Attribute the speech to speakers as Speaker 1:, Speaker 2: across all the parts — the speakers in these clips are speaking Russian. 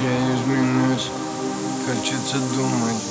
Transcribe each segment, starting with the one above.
Speaker 1: Я изменюсь, хочется думать,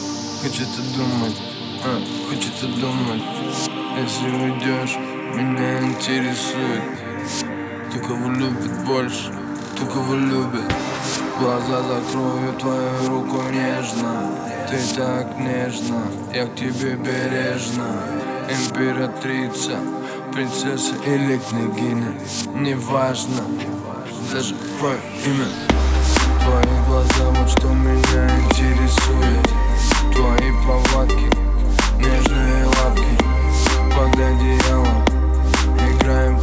Speaker 1: хочется думать. Если уйдешь, меня интересует кто кого любит больше, кто кого любит. Глаза закрою твою руку нежно, ты так нежно, я к тебе бережно. Императрица, принцесса или княгиня, неважно, даже твое имя. Твои глаза, вот что меня интересует. Твои повадки, нежные лапки под одеялом. Играем в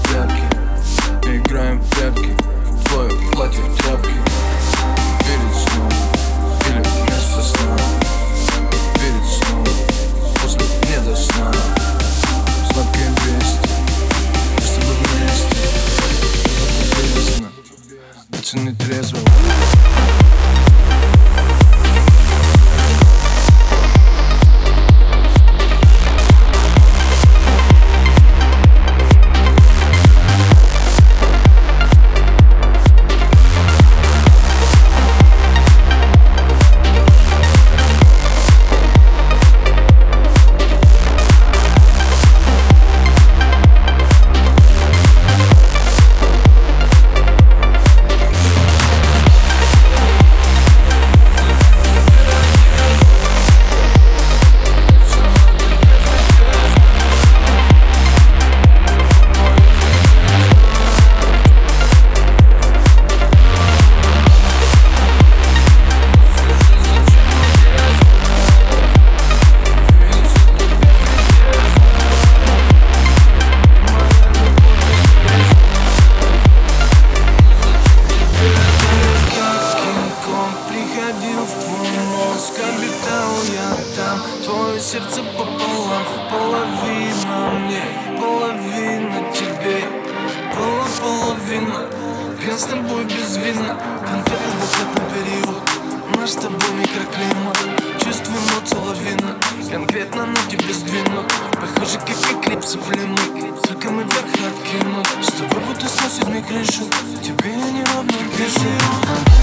Speaker 1: прятки, твое платье в тряпке. Перед сном или вместо сна. Перед сном, после не до сна. Сладкие вести, мы с тобой вместе. Безопасно, быть не трезво. Обитал я там, твое сердце пополам. Половина мне, половина тебе. Была половина, пьян с тобой без вина. Контакт в букетный период, наш с тобой микроклимат. Чувствую эмоции лавина, конкретно на тебе сдвинут. Похоже, как эклипсы племут, только мы вверх откинут. С тобой будто сносит мне крышу, тебе я неровно пишу.